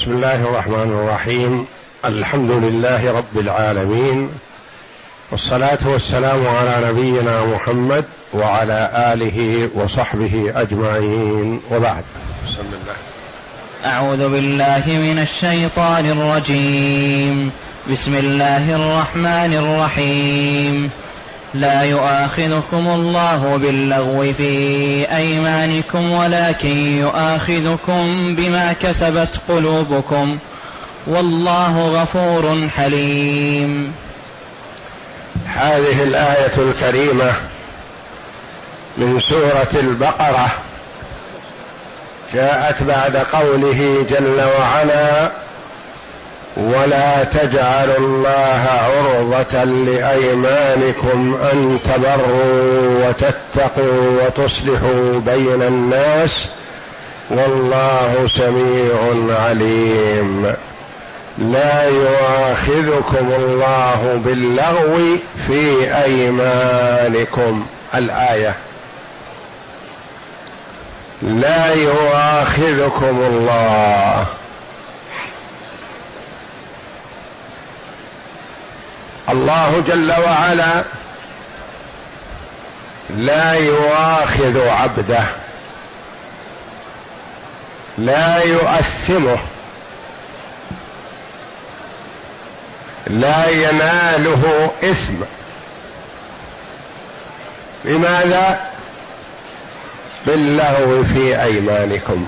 بسم الله الرحمن الرحيم. الحمد لله رب العالمين، والصلاة والسلام على نبينا محمد وعلى آله وصحبه أجمعين، وبعد. بسم الله. أعوذ بالله من الشيطان الرجيم. بسم الله الرحمن الرحيم. لا يؤاخذكم الله باللغو في أيمانكم ولكن يؤاخذكم بما كسبت قلوبكم والله غفور حليم. هذه الآية الكريمة من سورة البقرة جاءت بعد قوله جل وعلا: ولا تجعلوا الله عرضة لأيمانكم أن تبروا وتتقوا وتصلحوا بين الناس والله سميع عليم. لا يؤاخذكم الله باللغو في أيمانكم. الآية: لا يؤاخذكم الله جل وعلا لا يؤاخذ عبده، لا يؤثمه، لا يناله إثم. لماذا؟ باللغو في أيمانكم.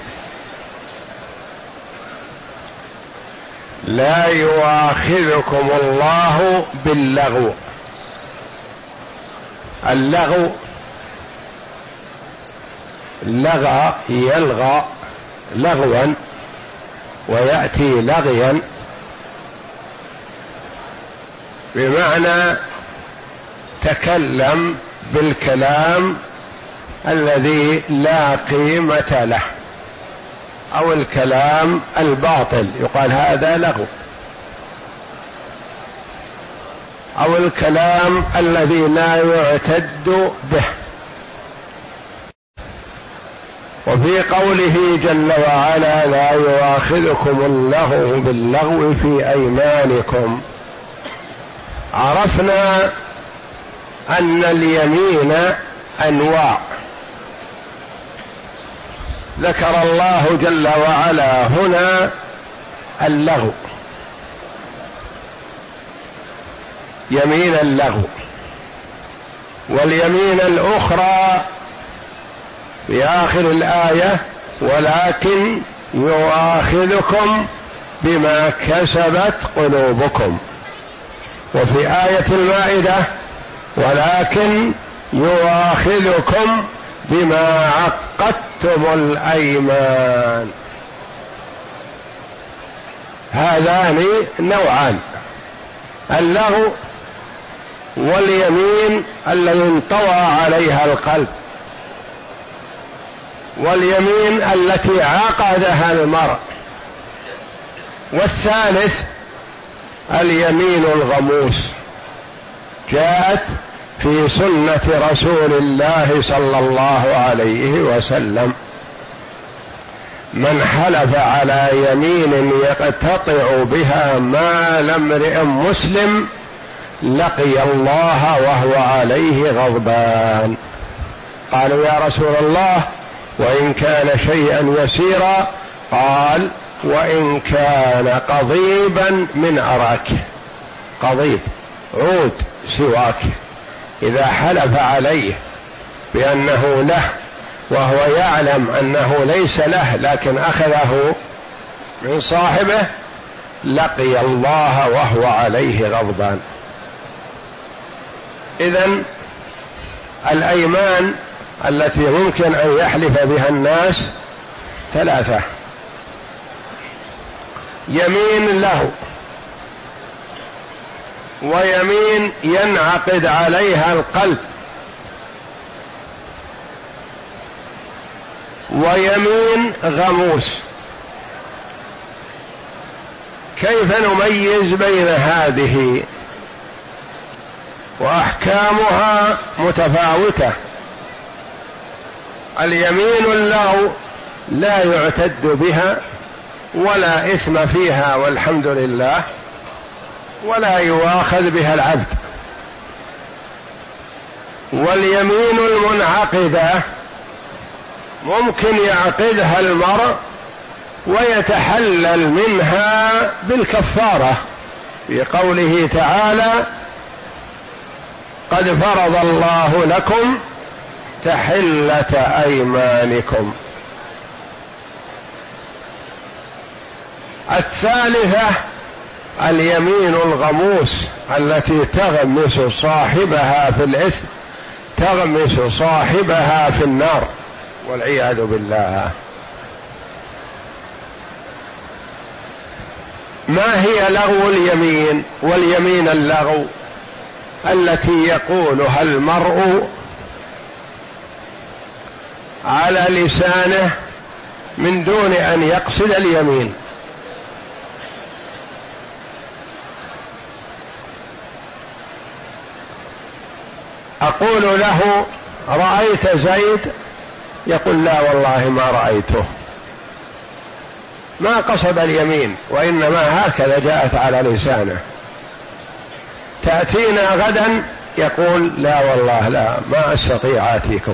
لا يؤاخذكم الله باللغو. اللغو لغى يلغى لغوا، ويأتي لغيا بمعنى تكلم بالكلام الذي لا قيمة له، أو الكلام الباطل يقال هذا لغو، أو الكلام الذي لا يعتد به. وفي قوله جل وعلا: لا يؤاخذكم الله باللغو في أيمانكم، عرفنا أن اليمين أنواع. ذكر الله جل وعلا هنا اللغو، يمين اللغو، واليمين الأخرى في آخر الآية: ولكن يؤاخذكم بما كسبت قلوبكم. وفي آية المائدة: ولكن يؤاخذكم بما عقدتم الأيمان. هذان نوعان: اللغو واليمين التي انطوى عليها القلب، واليمين التي عقدها المرء، والثالث اليمين الغموس. جاءت في سنة رسول الله صلى الله عليه وسلم: من حلف على يمين يقتطع بها مال امرئ مسلم لقي الله وهو عليه غضبان. قالوا: يا رسول الله، وإن كان شيئا يسيرا؟ قال: وإن كان قضيبا من أراك. قضيب عود سواك، إذا حلف عليه بأنه له وهو يعلم أنه ليس له لكن أخذه من صاحبه لقي الله وهو عليه غضبان. إذن الأيمان التي يمكن أن يحلف بها الناس ثلاثة: يمين له، ويمين ينعقد عليها القلب، ويمين غموس. كيف نميز بين هذه؟ وأحكامها متفاوتة. اليمين اللغو لا يعتد بها ولا إثم فيها والحمد لله، ولا يؤاخذ بها العبد. واليمين المنعقدة ممكن يعقدها المرء ويتحلل منها بالكفارة، في قوله تعالى: قد فرض الله لكم تحلة أيمانكم. الثالثة اليمين الغموس التي تغمس صاحبها في الإثم، تغمس صاحبها في النار والعياذ بالله. ما هي لغو اليمين؟ واليمين اللغو التي يقولها المرء على لسانه من دون أن يقصد اليمين. أقول له: رأيت زيد؟ يقول: لا والله ما رأيته، ما قصد اليمين، وإنما هكذا جاءت على لسانه. تأتينا غدا يقول: لا والله لا، ما أستطيع آتيكم.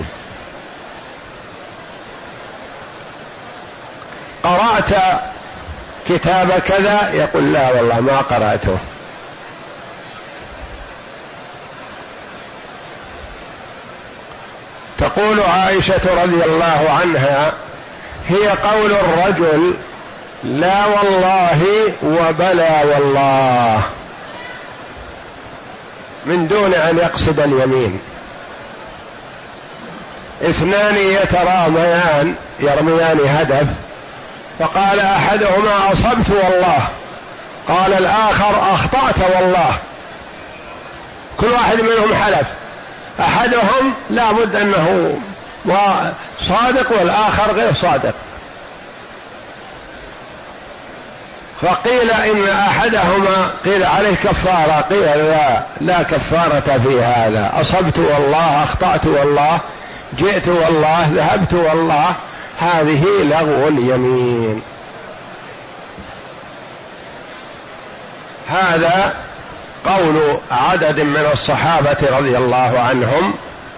قرأت كتاب كذا؟ يقول: لا والله ما قرأته. تقول عائشة رضي الله عنها: هي قول الرجل لا والله وبلا والله من دون أن يقصد اليمين. اثنان يتراميان يرميان هدف، فقال أحدهما: أصبت والله، قال الآخر: أخطأت والله. كل واحد منهم حلف، أحدهم لا بد أنه صادق والآخر غير صادق. فقيل إن أحدهما قيل عليه كفارة، قيل لا كفارة في هذا، أصبت والله، أخطأت والله، جئت والله، ذهبت والله، هذه لغو اليمين. هذا قول عدد من الصحابة رضي الله عنهم،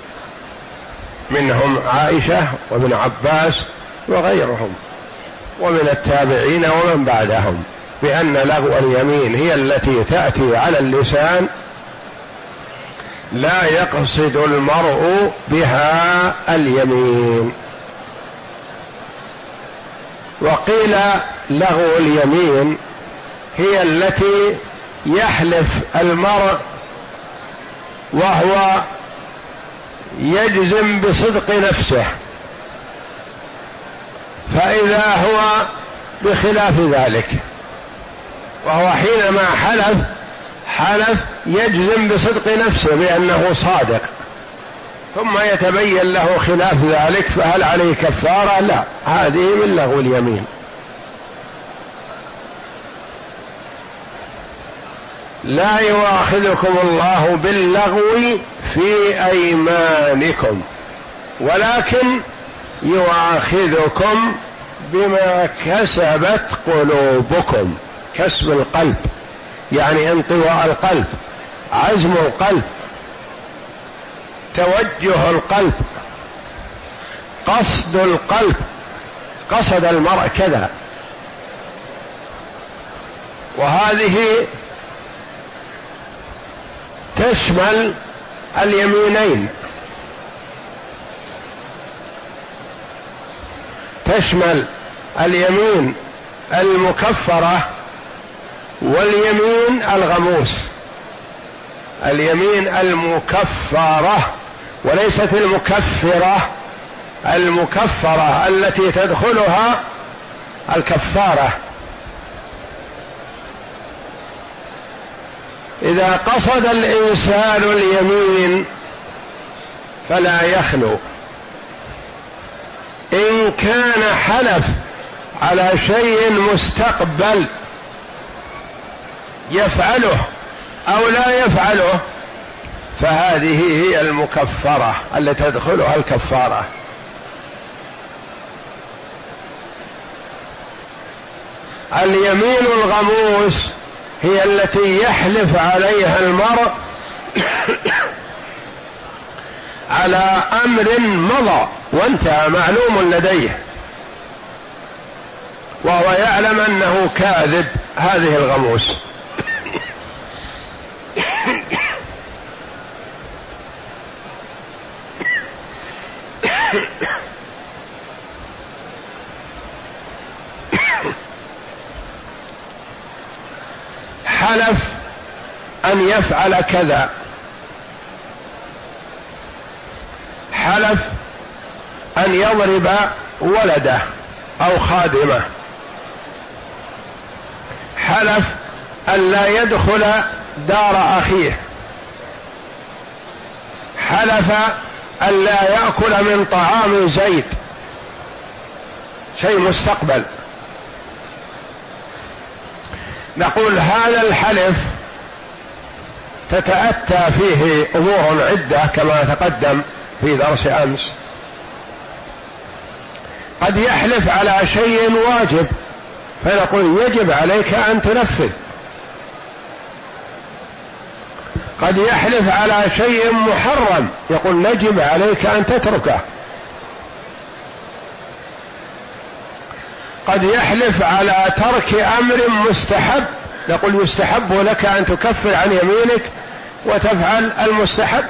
منهم عائشة وابن عباس وغيرهم، ومن التابعين ومن بعدهم، بأن لغو اليمين هي التي تأتي على اللسان لا يقصد المرء بها اليمين. وقيل لغو اليمين هي التي يحلف المرء وهو يجزم بصدق نفسه، فإذا هو بخلاف ذلك، وهو حينما حلف يجزم بصدق نفسه بأنه صادق، ثم يتبين له خلاف ذلك، فهل عليه كفارة؟ لا، هذه من لغو اليمين. لا يؤاخذكم الله باللغو في أيمانكم، ولكن يؤاخذكم بما كسبت قلوبكم. كسب القلب يعني انطواء القلب، عزم القلب، توجه القلب، قصد القلب، قصد المرء كذا. وهذه تشمل اليمينين، تشمل اليمين المكفرة واليمين الغموس. اليمين المكفرة وليست المكفرة، المكفرة التي تدخلها الكفارة. إذا قصد الإنسان اليمين فلا يخلو، إن كان حلف على شيء مستقبل يفعله أو لا يفعله فهذه هي المكفرة التي تدخلها الكفارة. اليمين الغموس هي التي يحلف عليها المرء على أمر مضى وانتهى معلوم لديه وهو يعلم أنه كاذب، هذه الغموس. حلف أن يفعل كذا، حلف أن يضرب ولده أو خادمه، حلف أن لا يدخل دار أخيه، حلف أن لا يأكل من طعام زيد، شيء مستقبل. نقول هذا الحلف تتأتى فيه أمور عدة كما تقدم في درس أمس. قد يحلف على شيء واجب فنقول يجب عليك أن تنفذ، قد يحلف على شيء محرم يقول يجب عليك أن تتركه، قد يحلف على ترك أمر مستحب نقول يستحب لك أن تكفر عن يمينك وتفعل المستحب،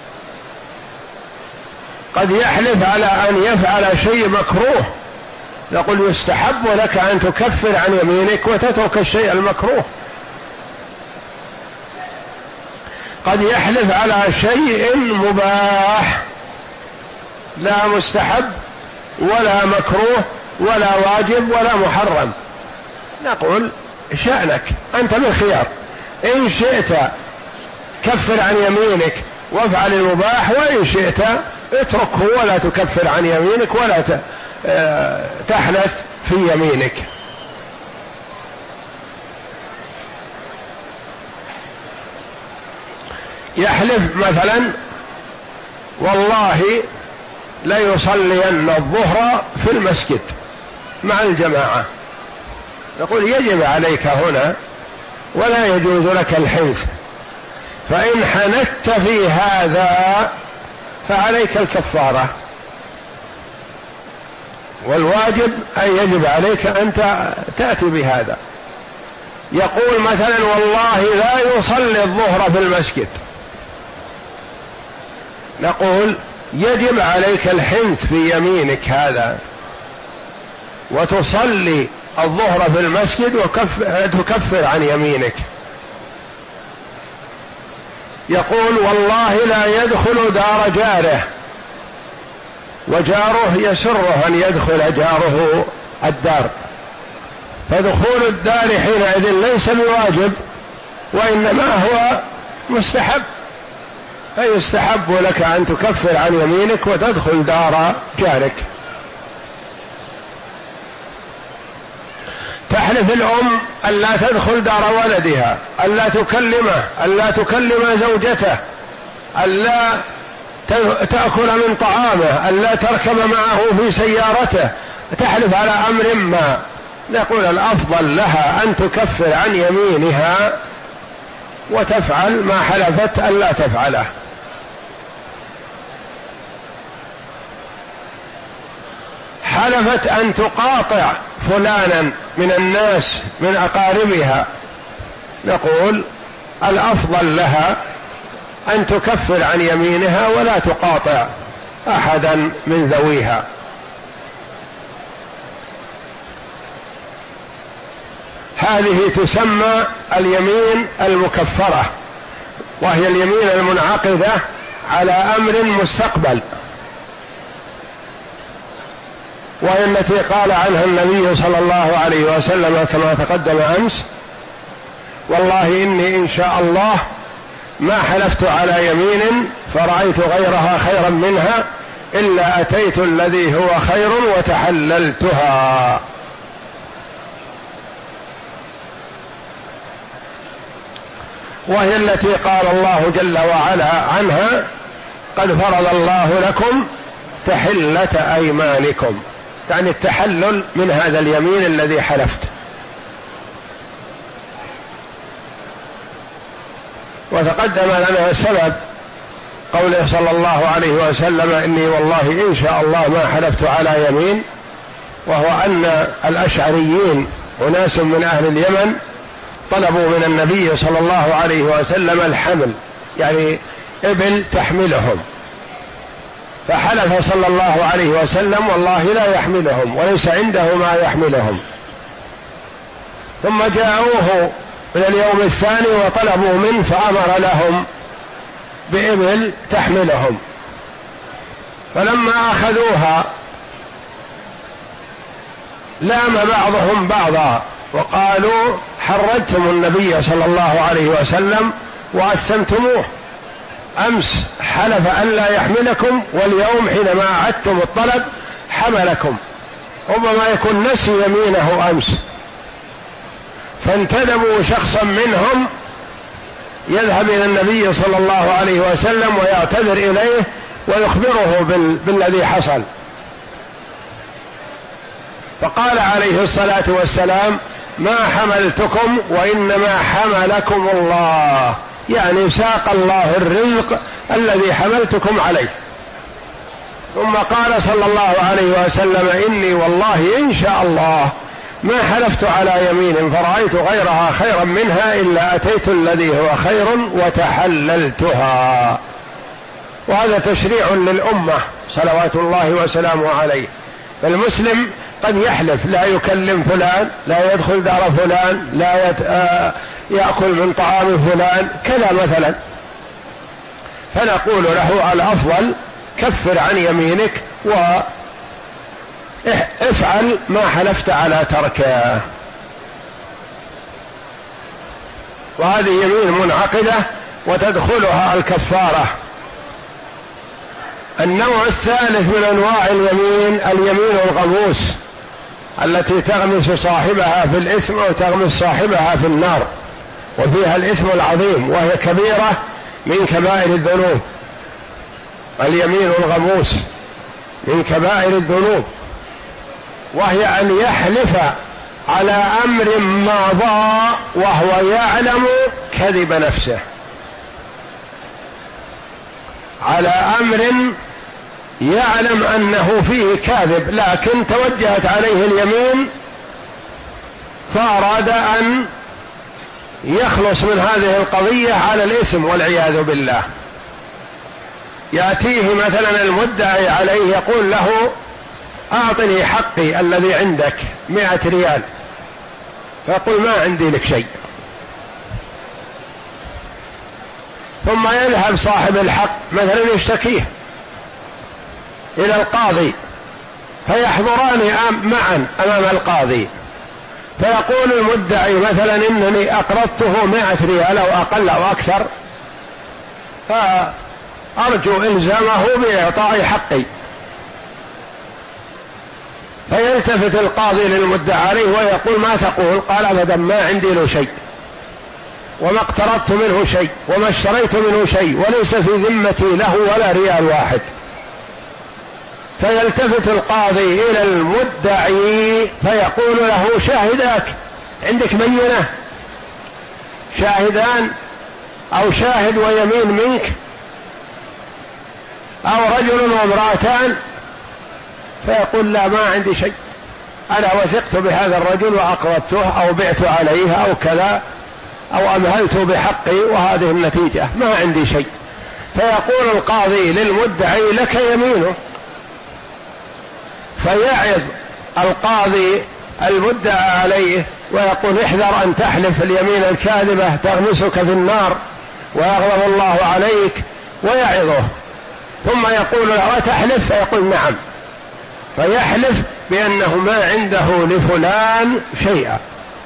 قد يحلف على أن يفعل شيء مكروه نقول يستحب لك أن تكفر عن يمينك وتترك الشيء المكروه، قد يحلف على شيء مباح لا مستحب ولا مكروه ولا واجب ولا محرم، نقول شأنك أنت بالخيار، إن شئت كفر عن يمينك وافعل المباح، وإن شئت اتركه ولا تكفر عن يمينك ولا تحنث في يمينك. يحلف مثلا والله ليصلين الظهر في المسجد مع الجماعة، نقول يجب عليك هنا ولا يجوز لك الحنث، فإن حنثت في هذا فعليك الكفارة، والواجب أن يجب عليك أن تأتي بهذا. يقول مثلا والله لا يصلي الظهر في المسجد، نقول يجب عليك الحنث في يمينك هذا وتصلي الظهر في المسجد وتكفر عن يمينك. يقول والله لا يدخل دار جاره، وجاره يسره أن يدخل جاره الدار، فدخول الدار حينئذ ليس بواجب وإنما هو مستحب، فيستحب لك أن تكفر عن يمينك وتدخل دار جارك. تحلف الأم ألا تدخل دار ولدها، ألا تكلمه، ألا تكلم زوجته، ألا تأكل من طعامه، ألا تركب معه في سيارته، تحلف على أمر ما، نقول الأفضل لها أن تكفر عن يمينها وتفعل ما حلفت ألا تفعله. حلفت أن تقاطع فلانا من الناس من أقاربها، نقول الأفضل لها أن تكفر عن يمينها ولا تقاطع أحدا من ذويها. هذه تسمى اليمين المكفرة، وهي اليمين المنعقدة على أمر مستقبل، وهي التي قال عنها النبي صلى الله عليه وسلم كما تقدم أمس: والله إني إن شاء الله ما حلفت على يمين فرأيت غيرها خيرا منها إلا أتيت الذي هو خير وتحللتها. وهي التي قال الله جل وعلا عنها: قد فرض الله لكم تحلة أيمانكم، يعني التحلل من هذا اليمين الذي حلفت. وتقدم لنا سبب قوله صلى الله عليه وسلم: إني والله إن شاء الله ما حلفت على يمين، وهو أن الأشعريين أناس من أهل اليمن طلبوا من النبي صلى الله عليه وسلم الحمل، يعني إبل تحملهم، فحلف صلى الله عليه وسلم: والله لا يحملهم وليس عنده ما يحملهم. ثم جاءوه من اليوم الثاني وطلبوا منه فأمر لهم بإبل تحملهم، فلما أخذوها لام بعضهم بعضا وقالوا: حرجتم النبي صلى الله عليه وسلم وأثمتموه، أمس حلف أن لا يحملكم واليوم حينما أعدتم الطلب حملكم، ربما يكون نسي يمينه أمس. فانتدبوا شخصا منهم يذهب إلى النبي صلى الله عليه وسلم ويعتذر إليه ويخبره بالذي حصل، فقال عليه الصلاة والسلام: ما حملتكم وإنما حملكم الله، يعني ساق الله الرزق الذي حملتكم عليه. ثم قال صلى الله عليه وسلم: إني والله إن شاء الله ما حلفت على يمين فرأيت غيرها خيرا منها إلا أتيت الذي هو خير وتحللتها. وهذا تشريع للأمة صلوات الله وسلامه عليه. فالمسلم قد يحلف لا يكلم فلان، لا يدخل دار فلان، لا يأكل من طعام فلان كذا مثلا، فنقول له: الأفضل كفر عن يمينك وافعل ما حلفت على تركه. وهذه يمين منعقدة وتدخلها الكفارة. النوع الثالث من أنواع اليمين اليمين الغموس، التي تغمس صاحبها في الإثم وتغمس صاحبها في النار، وفيها الإثم العظيم، وهي كبيرة من كبائر الذنوب. اليمين الغموس من كبائر الذنوب، وهي أن يحلف على أمر مضى وهو يعلم كذب نفسه، على أمر يعلم أنه فيه كاذب، لكن توجهت عليه اليمين فأراد أن يخلص من هذه القضية على الإثم والعياذ بالله. يأتيه مثلا المدعي عليه يقول له: أعطني حقي الذي عندك 100 ريال، فيقول: ما عندي لك شيء. ثم يذهب صاحب الحق مثلا يشتكيه إلى القاضي، فيحضران معا أمام القاضي، فيقول المدعي مثلا: إنني أقرضته 100 ريال أو أقل أو أكثر، فأرجو إلزامه بإعطاء حقي. فيلتفت القاضي للمدعي عليه ويقول: ما تقول؟ قال: أبدا ما عندي له شيء، وما اقترضت منه شيء، وما اشتريت منه شيء، وليس في ذمتي له ولا ريال واحد. فيلتفت القاضي إلى المدعي فيقول له: شاهداك، عندك بينة، شاهدان أو شاهد ويمين منك، أو رجل وامرأتان؟ فيقول: لا ما عندي شيء، أنا وثقت بهذا الرجل وأقرضته أو بعت عليه أو كذا أو أمهلت بحقي وهذه النتيجة، ما عندي شيء. فيقول القاضي للمدعي: لك يمينه. فيعظ القاضي المدعى عليه ويقول: احذر أن تحلف اليمين الكاذبة تغمسك في النار ويغضب الله عليك، ويعظه. ثم يقول له: أتحلف؟ فيقول: نعم. فيحلف بأنه ما عنده لفلان شيئا،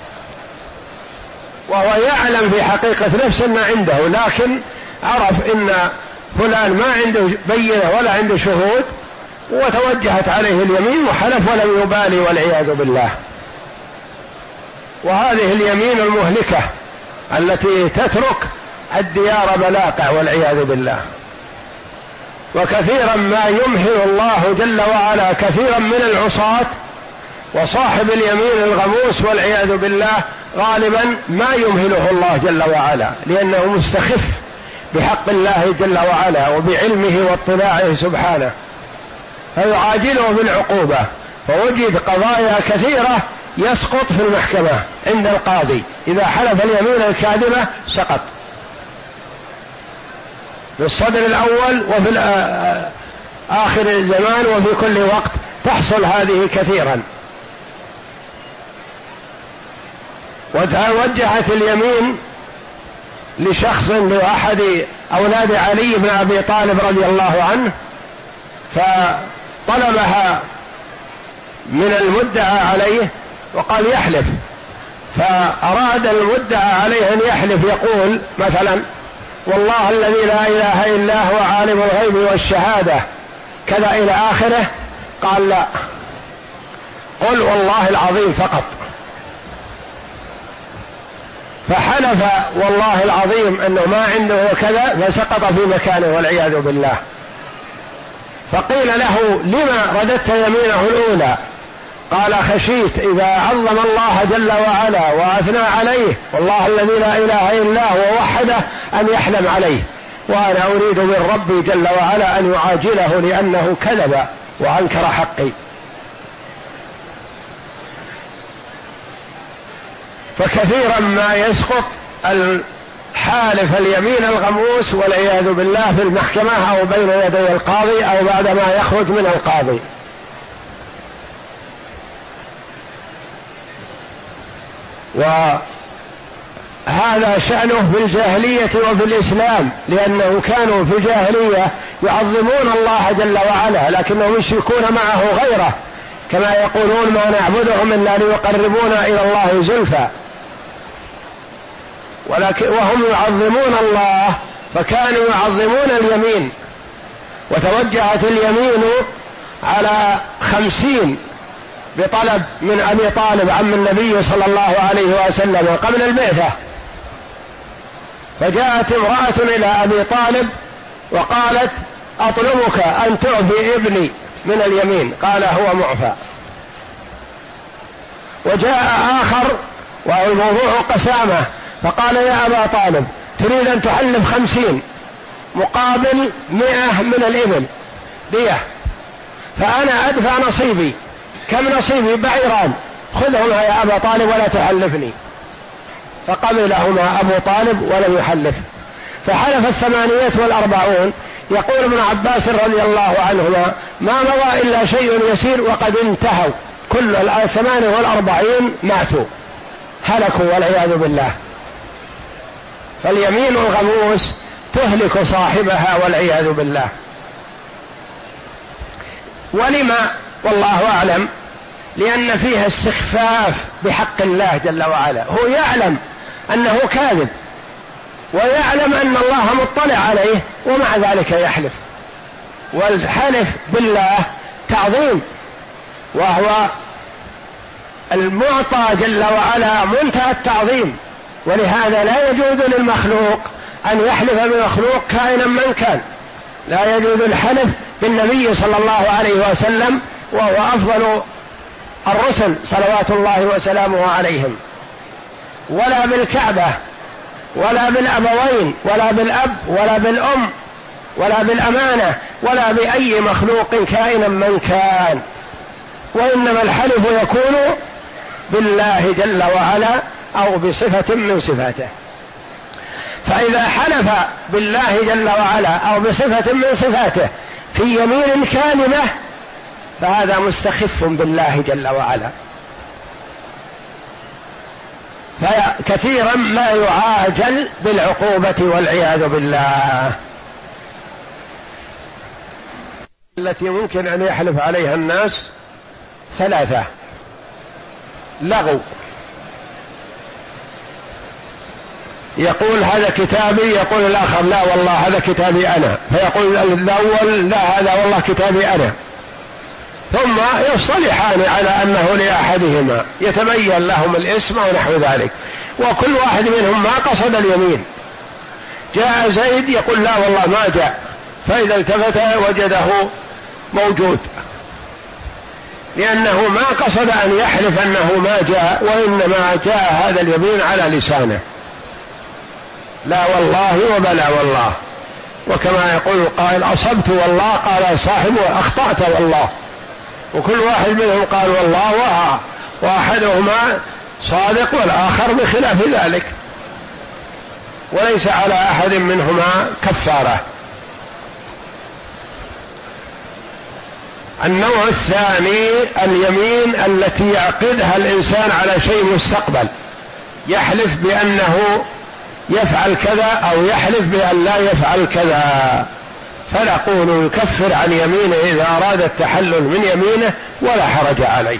وهو يعلم في حقيقة نفسه أن عنده، لكن عرف أن فلان ما عنده بينة ولا عنده شهود، وتوجهت عليه اليمين وحلف ولم يبالي والعياذ بالله. وهذه اليمين المهلكة التي تترك الديار بلاقع والعياذ بالله. وكثيرا ما يمهل الله جل وعلا كثيرا من العصاة، وصاحب اليمين الغموس والعياذ بالله غالبا ما يمهله الله جل وعلا، لأنه مستخف بحق الله جل وعلا وبعلمه واطلاعه سبحانه، فيعاجله بالعقوبة. فوجد قضايا كثيرة يسقط في المحكمة عند القاضي، إذا حلف اليمين الكاذبة سقط في الصدر الأول وفي آخر الزمان وفي كل وقت تحصل هذه كثيرا. وتوجهت اليمين لشخص لأحد أولاد علي بن أبي طالب رضي الله عنه، فطلبها من المدعى عليه وقال يحلف، فأراد المدعى عليه أن يحلف يقول مثلا والله الذي لا إله إلا هو عالم الغيب والشهادة كذا إلى آخره، قال لا، قل والله العظيم فقط. فحلف والله العظيم أنه ما عنده كذا، فسقط في مكانه والعياذ بالله. فقيل له لما رددت يمينه الأولى؟ قال خشيت إذا عظم الله جل وعلا وأثنى عليه والله الذي لا إله إلا هو ووحده أن يحلم عليه، وأنا أريد من ربي جل وعلا أن يعاجله لأنه كذب وأنكر حقي. فكثيرا ما يسقط الحالف اليمين الغموس والعياذ بالله في المحكمة أو بين يدي القاضي أو بعدما يخرج من القاضي. وهذا شأنه في الجاهلية وفي الإسلام، لأنه كانوا في الجاهلية يعظمون الله جل وعلا لكنهم يشركون معه غيره، كما يقولون ما نعبدهم إلا ليقربونا إلى الله زلفى، وهم يعظمون الله فكانوا يعظمون اليمين. وتوجهت اليمين على 50 بطلب من أبي طالب عم النبي صلى الله عليه وسلم قبل البعثة، فجاءت امرأة إلى أبي طالب وقالت أطلبك أن تعفي ابني من اليمين، قال هو معفى. وجاء آخر والموضوع قسامة فقال يا أبا طالب تريد أن تحلف 50 مقابل 100 من الإبل دية، فأنا أدفع نصيبي. كم نصيبي؟ بعيران، خذهما يا أبا طالب ولا تحلفني. فقبلهما أبو طالب ولم يحلف، فحلف 48. يقول ابن عباس رضي الله عنهما ما مضى إلا شيء يسير وقد انتهوا، كل 48 ماتوا هلكوا والعياذ بالله. فاليمين الغموس تهلك صاحبها والعياذ بالله. ولما؟ والله أعلم، لأن فيها استخفاف بحق الله جل وعلا. هو يعلم أنه كاذب ويعلم أن الله مطلع عليه ومع ذلك يحلف. والحلف بالله تعظيم، وهو المعطى جل وعلا منتهى التعظيم، ولهذا لا يجوز للمخلوق أن يحلف بمخلوق كائنا من كان. لا يجوز الحلف بالنبي صلى الله عليه وسلم وهو أفضل الرسل صلوات الله وسلامه عليهم، ولا بالكعبة ولا بالأبوين ولا بالأب ولا بالأم ولا بالأمانة ولا بأي مخلوق كائنا من كان، وإنما الحلف يكون بالله جل وعلا أو بصفة من صفاته. فإذا حلف بالله جل وعلا أو بصفة من صفاته في يمين كاذبة فهذا مستخف بالله جل وعلا. فكثيرا ما يعاجل بالعقوبة والعياذ بالله. التي ممكن أن يحلف عليها الناس 3: لغو، يقول هذا كتابي، يقول الآخر لا والله هذا كتابي أنا، فيقول الأول لا هذا والله كتابي أنا، ثم يصطلحان على أنه لأحدهما، يتبين لهم الاسم ونحو ذلك، وكل واحد منهم ما قصد اليمين. جاء زيد يقول لا والله ما جاء، فإذا التفت وجده موجود، لأنه ما قصد أن يحلف أنه ما جاء، وإنما جاء هذا اليمين على لسانه. لا والله وبلا والله. وكما يقول القائل أصبت والله، قال صاحبه أخطأت والله. وكل واحد منهم قال والله، وأحدهما صادق والآخر بخلاف ذلك، وليس على أحد منهما كفارة. النوع الثاني اليمين التي يعقدها الإنسان على شيء مستقبل، يحلف بأنه يفعل كذا أو يحلف بأن لا يفعل كذا، فنقول يكفر عن يمينه إذا أراد التحلل من يمينه ولا حرج عليه.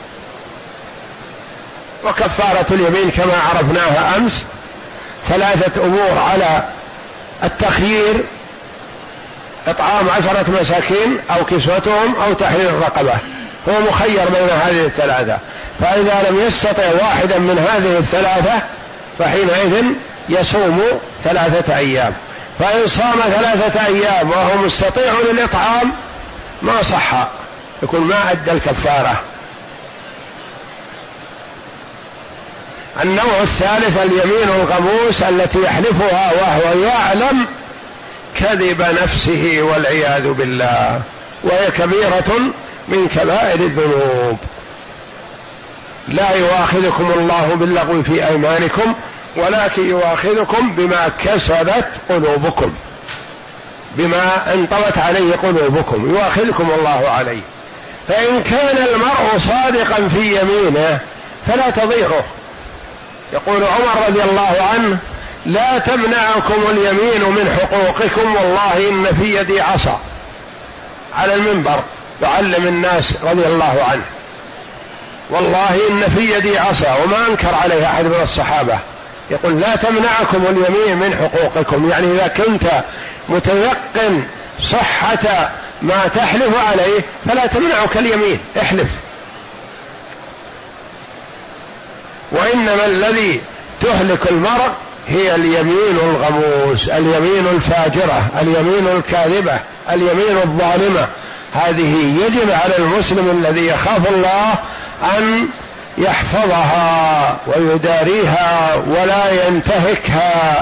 وكفارة اليمين كما عرفناها أمس 3 أمور على التخيير: إطعام 10 مساكين أو كسوتهم أو تحرير الرقبة، هو مخير بين هذه ال3، فإذا لم يستطع واحدا من هذه ال3 فحينئذ يصوم 3 أيام. فإن صام 3 أيام وهو مستطيع للإطعام ما صح، يكون ما أدى الكفارة. النوع الثالث اليمين الغموس التي يحلفها وهو يعلم كذب نفسه والعياذ بالله، وهي كبيرة من كبائر الذنوب. لا يؤاخذكم الله باللغو في أيمانكم ولكن يؤاخذكم بما كسبت قلوبكم، بما انطوت عليه قلوبكم يؤاخذكم الله عليه. فإن كان المرء صادقا في يمينه فلا تضيره. يقول عمر رضي الله عنه: لا تمنعكم اليمين من حقوقكم، والله إن في يدي عصا، على المنبر يعلم الناس رضي الله عنه، والله إن في يدي عصا، وما أنكر عليه أحد من الصحابة. يقول: لا تمنعكم اليمين من حقوقكم، يعني إذا كنت متيقن صحة ما تحلف عليه فلا تمنعك اليمين، احلف. وإنما الذي تهلك المرء هي اليمين الغموس، اليمين الفاجرة، اليمين الكاذبة، اليمين الظالمة. هذه يجب على المسلم الذي يخاف الله أن يحفظها ويداريها ولا ينتهكها.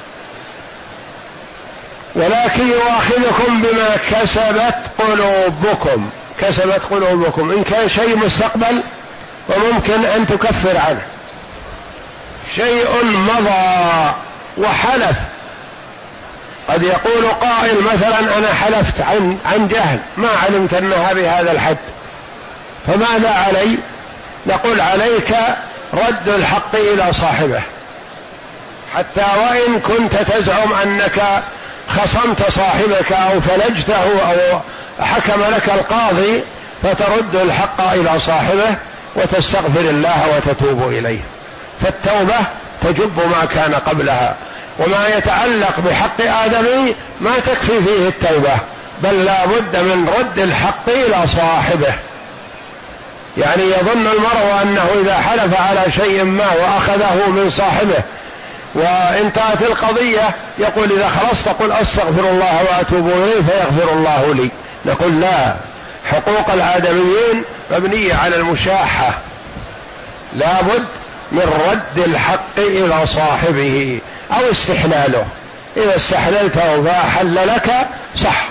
ولكن يؤاخذكم بما كسبت قلوبكم، كسبت قلوبكم إن كان شيء مستقبل وممكن أن تكفر عنه، شيء مضى وحلف. قد يقول قائل مثلا: أنا حلفت عن جهل، ما علمت أنها بهذا الحد، فماذا علي؟ نقول: عليك رد الحق إلى صاحبه، حتى وإن كنت تزعم أنك خصمت صاحبك أو فلجته أو حكم لك القاضي، فترد الحق إلى صاحبه وتستغفر الله وتتوب إليه. فالتوبة تجب ما كان قبلها. وما يتعلق بحق آدمي ما تكفي فيه التوبة، بل لا بد من رد الحق إلى صاحبه. يعني يظن المرء أنه إذا حلف على شيء ما وأخذه من صاحبه وانتهت القضية يقول: إذا خلصت قل أستغفر الله وأتوب إليه فيغفر الله لي. نقول: لا، حقوق الآدميين مبنية على المشاحة، لا بد من رد الحق إلى صاحبه أو استحلاله. إذا استحللته فأحل لك صح.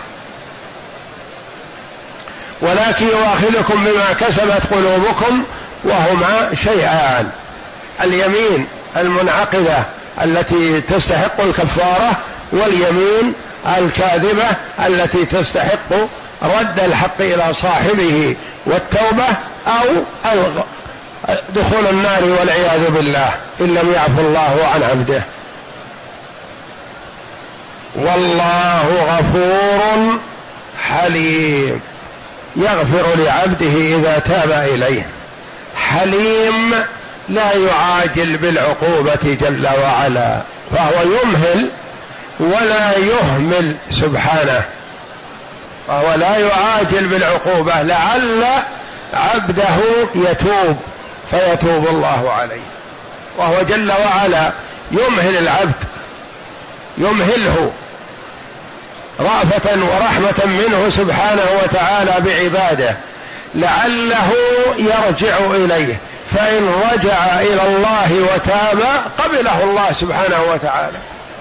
ولكن يؤاخذكم بما كسبت قلوبكم، وهما شيئان: اليمين المنعقدة التي تستحق الكفارة، واليمين الكاذبة التي تستحق رد الحق إلى صاحبه والتوبة أو دخول النار والعياذ بالله إن لم يعفو الله عن عبده. والله غفور حليم، يغفر لعبده إذا تاب إليه. حليم لا يعاجل بالعقوبة جل وعلا، فهو يمهل ولا يهمل سبحانه، فهو لا يعاجل بالعقوبة لعل عبده يتوب فيتوب الله عليه. وهو جل وعلا يمهل العبد، يمهله رأفة ورحمة منه سبحانه وتعالى بعباده لعله يرجع إليه، فإن رجع إلى الله وتاب قبله الله سبحانه وتعالى.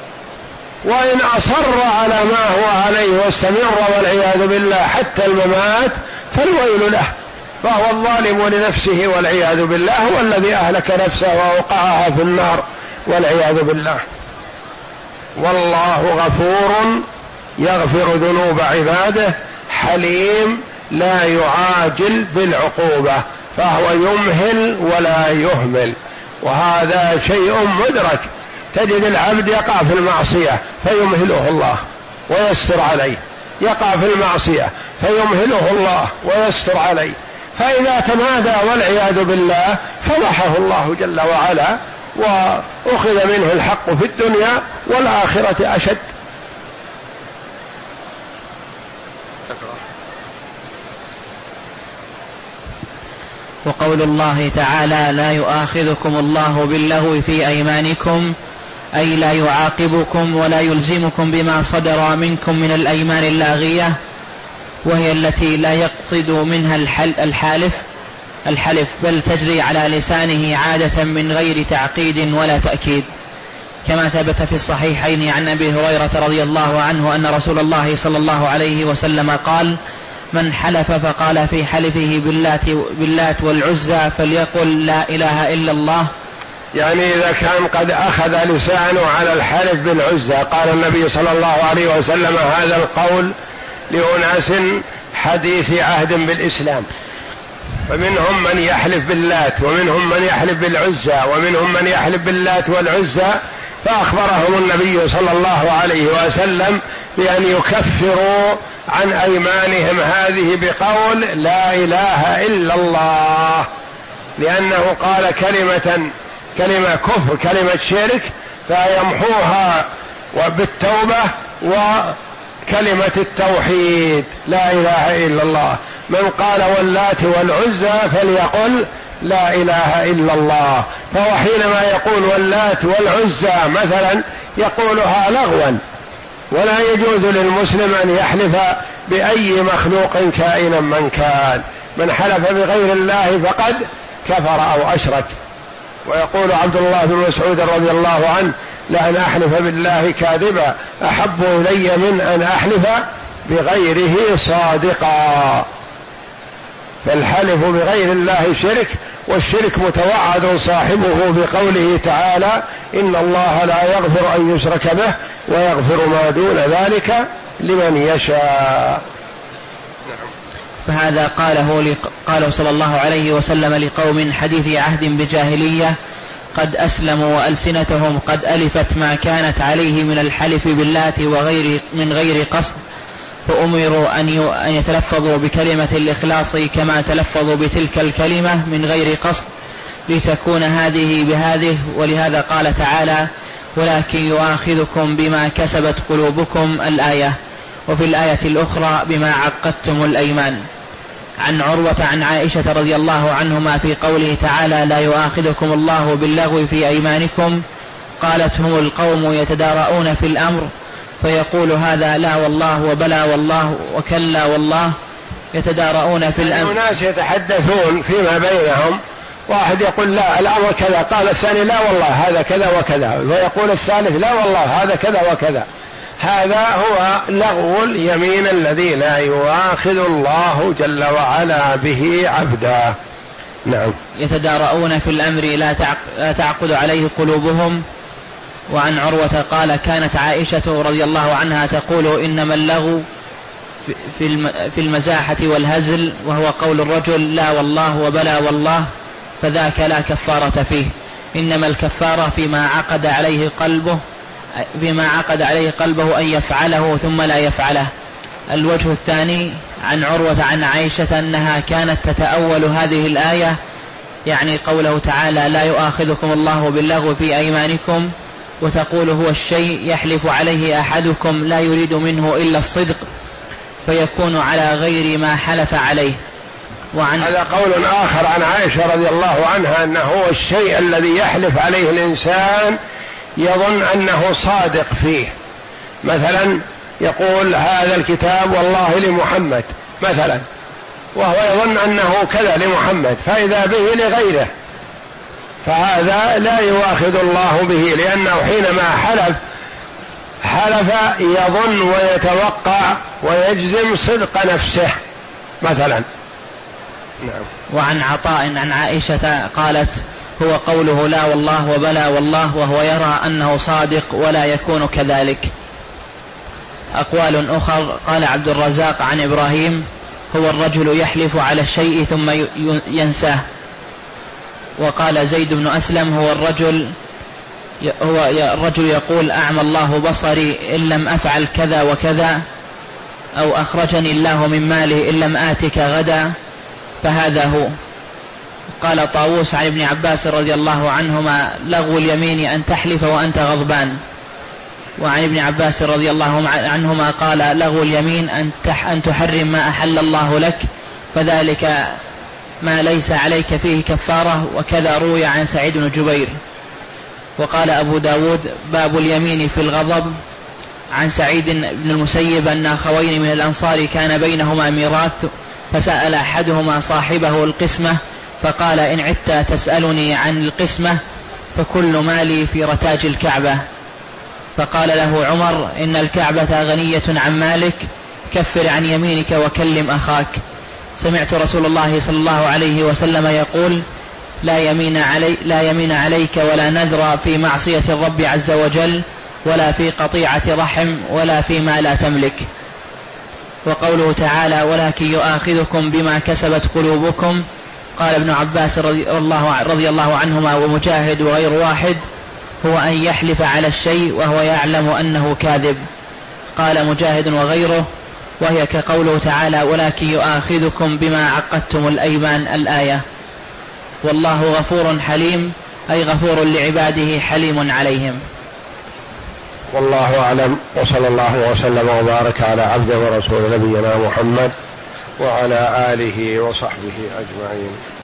وإن أصر على ما هو عليه واستمر والعياذ بالله حتى الممات فالويل له، فهو الظالم لنفسه والعياذ بالله، هو الذي أهلك نفسه وأوقعها في النار والعياذ بالله. والله غفور يغفر ذنوب عباده حليم لا يعاجل بالعقوبة، فهو يمهل ولا يهمل، وهذا شيء مدرك. تجد العبد يقع في المعصية فيمهله الله ويستر عليه، يقع في المعصية فيمهله الله ويستر عليه، فإذا تمادى والعياذ بالله فضحه الله جل وعلا وأخذ منه الحق في الدنيا والآخرة أشد. وقول الله تعالى: لا يؤاخذكم الله باللغو في أيمانكم، أي لا يعاقبكم ولا يلزمكم بما صدر منكم من الأيمان اللاغية، وهي التي لا يقصد منها الحلف بل تجري على لسانه عادة من غير تعقيد ولا تأكيد، كما ثبت في الصحيحين عن أبي هريرة رضي الله عنه أن رسول الله صلى الله عليه وسلم قال: من حلف فقال في حلفه باللات والعزى فليقل لا إله إلا الله. يعني إذا كان قد أخذ لسانه على الحلف بالعزى، قال النبي صلى الله عليه وسلم هذا القول لأناس حديث عهد بالإسلام، ومنهم من يحلف باللات ومنهم من يحلف بالعزى ومنهم من يحلف باللات والعزى، فأخبرهم النبي صلى الله عليه وسلم بأن يكفروا عن أيمانهم هذه بقول لا إله إلا الله، لأنه قال كلمة كفر، كلمة شرك، فيمحوها بالتوبة وكلمة التوحيد لا إله إلا الله. من قال واللات والعزى فليقل لا إله إلا الله، فهو حينما يقول واللات والعزى مثلا يقولها لغوا، ولا يجوز للمسلم أن يحلف بأي مخلوق كائنا من كان. من حلف بغير الله فقد كفر أو أشرك. ويقول عبد الله بن مسعود رضي الله عنه: لأن أحلف بالله كاذبا أحب إلي من أن أحلف بغيره صادقا. فالحلف بغير الله شرك، والشرك متوعد صاحبه بقوله تعالى: إن الله لا يغفر أن يشرك به ويغفر ما دون ذلك لمن يشاء. فهذا قاله صلى الله عليه وسلم لقوم حديث عهد بجاهلية قد أسلموا وألسنتهم قد ألفت ما كانت عليه من الحلف باللات من غير قصد، فأمروا أن يتلفظوا بكلمة الإخلاص كما تلفظوا بتلك الكلمة من غير قصد لتكون هذه بهذه. ولهذا قال تعالى: ولكن يؤاخذكم بما كسبت قلوبكم الآية. وفي الآية الأخرى: بما عقدتم الأيمان. عن عروة عن عائشة رضي الله عنهما في قوله تعالى: لا يؤاخذكم الله باللغو في أيمانكم، قالت: هم القوم يتدارؤون في الأمر فيقول هذا لا والله وبلا والله وكلا والله، يتدارؤون في الأمر. الناس يتحدثون فيما بينهم، واحد يقول لا الأمر كذا، قال الثاني لا والله هذا كذا وكذا، ويقول الثالث لا والله هذا كذا وكذا. هذا هو لغو اليمين الذي لا يؤاخذ الله جل وعلا به عبدا. نعم. يتدارؤون في الأمر لا تعقد عليه قلوبهم. وعن عروة قال: كانت عائشة رضي الله عنها تقول: إنما اللغو في المزاحة والهزل، وهو قول الرجل لا والله وبلا والله، فذاك لا كفارة فيه، إنما الكفارة فيما عقد عليه قلبه أن يفعله ثم لا يفعله. الوجه الثاني عن عروة عن عائشة أنها كانت تتأول هذه الآية، يعني قوله تعالى: لا يؤاخذكم الله باللغو في أيمانكم، وتقول: هو الشيء يحلف عليه أحدكم لا يريد منه إلا الصدق فيكون على غير ما حلف عليه. هذا قول آخر عن عائشة رضي الله عنها أنه هو الشيء الذي يحلف عليه الإنسان يظن أنه صادق فيه. مثلا يقول هذا الكتاب والله لمحمد مثلا، وهو يظن أنه كذا لمحمد، فإذا به لغيره، فهذا لا يؤاخذ الله به، لأنه حينما حلف حلف يظن ويتوقع ويجزم صدق نفسه مثلا. نعم. وعن عطاء عن عائشة قالت: هو قوله لا والله وبلى والله، وهو يرى أنه صادق ولا يكون كذلك. أقوال أخر: قال عبد الرزاق عن إبراهيم: هو الرجل يحلف على الشيء ثم ينساه. وقال زيد بن أسلم: هو الرجل يقول أعمى الله بصري إن لم أفعل كذا وكذا، أو أخرجني الله من ماله إن لم آتك غدا، فهذا هو. قال طاووس عن ابن عباس رضي الله عنهما: لغو اليمين أن تحلف وأنت غضبان. وعن ابن عباس رضي الله عنهما قال: لغو اليمين أن تحرم ما أحل الله لك، فذلك ما ليس عليك فيه كفارة. وكذا روي عن سعيد بن جبير. وقال أبو داود: باب اليمين في الغضب. عن سعيد بن المسيب أن أخوين من الأنصار كان بينهما ميراث، فسأل أحدهما صاحبه القسمة، فقال: إن عدت تسألني عن القسمة فكل مالي في رتاج الكعبة. فقال له عمر: إن الكعبة غنية عن مالك، كفر عن يمينك وكلم أخاك. سمعت رسول الله صلى الله عليه وسلم يقول: لا يمين عليك ولا نذر في معصية الرب عز وجل، ولا في قطيعة رحم، ولا فيما لا تملك. وقوله تعالى: ولكن يؤاخذكم بما كسبت قلوبكم. قال ابن عباس رضي الله عنهما ومجاهد وغير واحد: هو أن يحلف على الشيء وهو يعلم أنه كاذب. قال مجاهد وغيره: وهي كقوله تعالى: ولكن يؤاخذكم بما عقدتم الأيمان، الآية. والله غفور حليم، أي غفور لعباده حليم عليهم. والله أعلم، وصلى الله وسلم وبارك على عبده ورسول نبينا محمد وعلى آله وصحبه أجمعين.